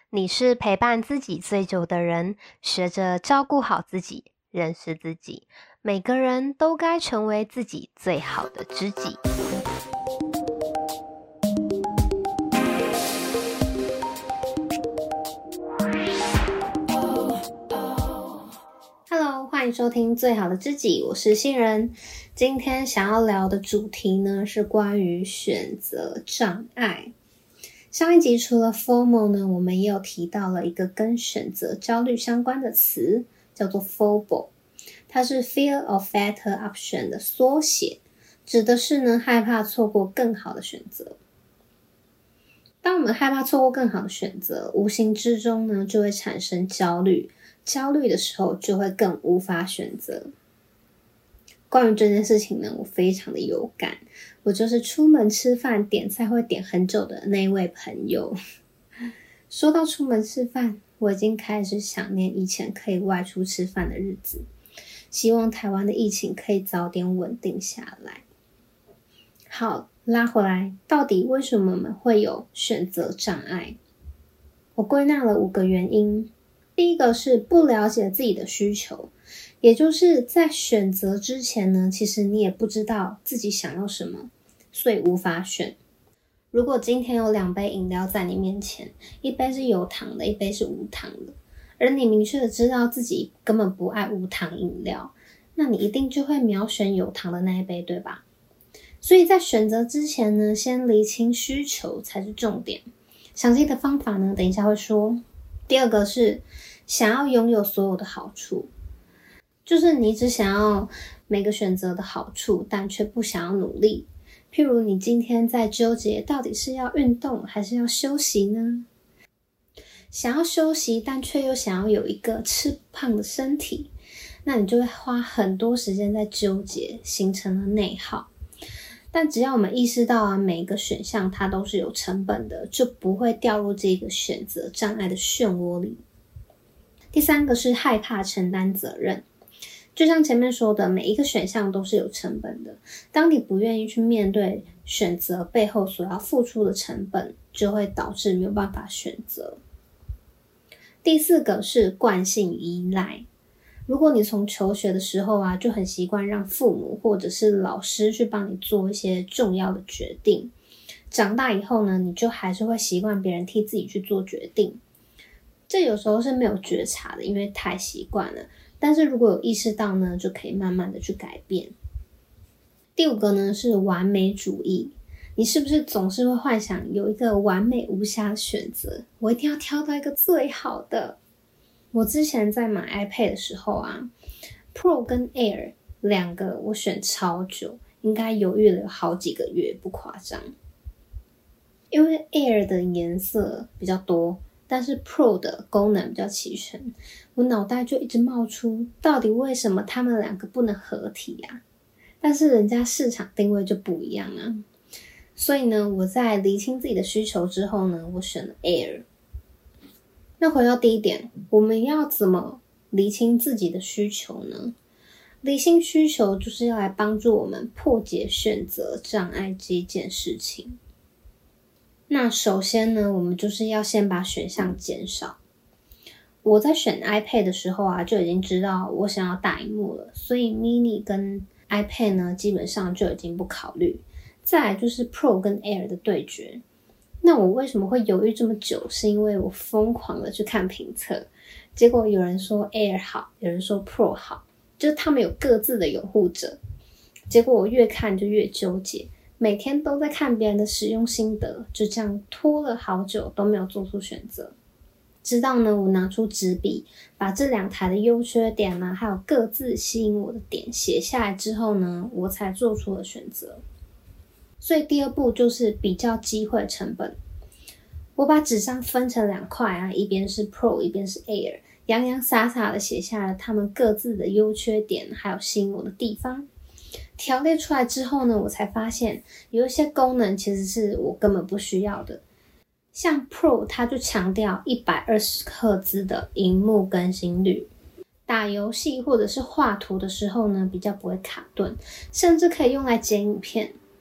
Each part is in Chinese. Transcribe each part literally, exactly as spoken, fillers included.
你是陪伴自己最久的人，学着照顾好自己，认识自己。每个人都该成为自己最好的知己。Hello， 欢迎收听最好的知己，我是新人。今天想要聊的主题呢，是关于选择障碍。上一集除了 F O M O 呢，我们也有提到了一个跟选择焦虑相关的词，叫做 F O B O， 它是 Fear of Better Option 的缩写，指的是呢害怕错过更好的选择。当我们害怕错过更好的选择，无形之中呢就会产生焦虑，焦虑的时候就会更无法选择。关于这件事情呢，我非常的有感，我就是出门吃饭点菜会点很久的那位朋友。说到出门吃饭，我已经开始想念以前可以外出吃饭的日子，希望台湾的疫情可以早点稳定下来。好，拉回来，到底为什么我们会有选择障碍？我归纳了五个原因。第一个是不了解自己的需求，也就是在选择之前呢，其实你也不知道自己想要什么，所以无法选。如果今天有两杯饮料在你面前，一杯是有糖的，一杯是无糖的，而你明确的知道自己根本不爱无糖饮料，那你一定就会秒选有糖的那一杯，对吧？所以在选择之前呢，先厘清需求才是重点。详细的方法呢，等一下会说。第二个是想要拥有所有的好处，就是你只想要每个选择的好处，但却不想要努力。譬如你今天在纠结到底是要运动还是要休息呢？想要休息，但却又想要有一个吃不胖的身体，那你就会花很多时间在纠结，形成了内耗。但只要我们意识到啊，每一个选项它都是有成本的，就不会掉入这个选择障碍的漩涡里。第三个是害怕承担责任，就像前面说的，每一个选项都是有成本的。当你不愿意去面对选择背后所要付出的成本，就会导致没有办法选择。第四个是惯性依赖。如果你从求学的时候啊，就很习惯让父母或者是老师去帮你做一些重要的决定，长大以后呢，你就还是会习惯别人替自己去做决定。这有时候是没有觉察的，因为太习惯了。但是如果有意识到呢，就可以慢慢的去改变。第五个呢是完美主义。你是不是总是会幻想有一个完美无瑕的选择，我一定要挑到一个最好的。我之前在买 iPad 的时候啊 Pro 跟 Air 两个我选超久，应该犹豫了好几个月，不夸张。因为 Air 的颜色比较多，但是 Pro 的功能比较齐全，我脑袋就一直冒出到底为什么他们两个不能合体啊？但是人家市场定位就不一样啊。所以呢，我在厘清自己的需求之后呢，我选了 Air。那回到第一点，我们要怎么厘清自己的需求呢？厘清需求就是要来帮助我们破解选择障碍这一件事情。那首先呢，我们就是要先把选项减少。我在选 iPad 的时候啊，就已经知道我想要大萤幕了，所以 mini 跟 iPad 呢，基本上就已经不考虑。再来就是 Pro 跟 Air 的对决。那我为什么会犹豫这么久？是因为我疯狂的去看评测，结果有人说 Air 好，有人说 Pro 好，就是他们有各自的拥护者。结果我越看就越纠结，每天都在看别人的使用心得，就这样拖了好久都没有做出选择。直到呢，我拿出纸笔，把这两台的优缺点呢，还有各自吸引我的点写下来之后呢，我才做出了选择。所以第二步就是比较机会成本。我把纸上分成两块啊，一边是 Pro， 一边是 Air， 洋洋洒洒的写下了他们各自的优缺点，还有吸引我的地方。条列出来之后呢，我才发现有一些功能其实是我根本不需要的。像 Pro 它就强调一百二十赫兹的萤幕更新率，打游戏或者是画图的时候呢，比较不会卡顿，甚至可以用来剪影片。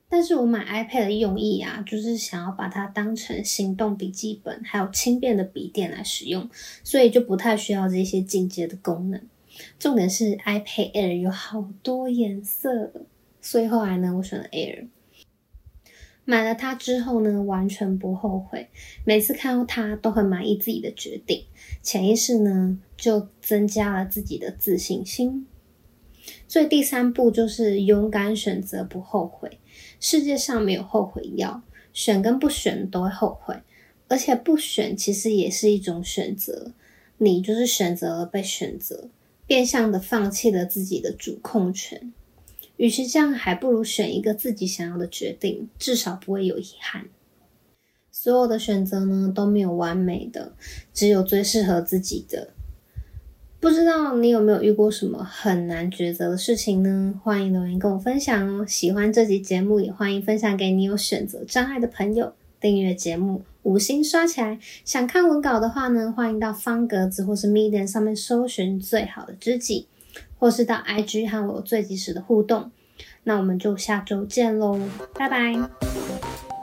但是我买 iPad 的用意啊，就是想要把它当成行动笔记本还有轻便的笔电来使用，所以就不太需要这些进阶的功能。重点是 iPad Air 有好多颜色，所以后来呢，我选了 Air。买了它之后呢，完全不后悔，每次看到它都很满意自己的决定，潜意识呢就增加了自己的自信心。所以第三步就是勇敢选择，不后悔。世界上没有后悔药，选跟不选都会后悔，而且不选其实也是一种选择，你就是选择了被选择，变相的放弃了自己的主控权。与其这样，还不如选一个自己想要的决定，至少不会有遗憾。所有的选择呢都没有完美的，只有最适合自己的。不知道你有没有遇过什么很难抉择的事情呢？欢迎留言跟我分享哦。喜欢这集节目，也欢迎分享给你有选择障碍的朋友。订阅节目，五星刷起来。想看文稿的话呢，欢迎到方格子或是 Medium 上面搜寻最好的知己，或是到 I G 和我有最及时的互动。那我们就下周见咯，拜拜。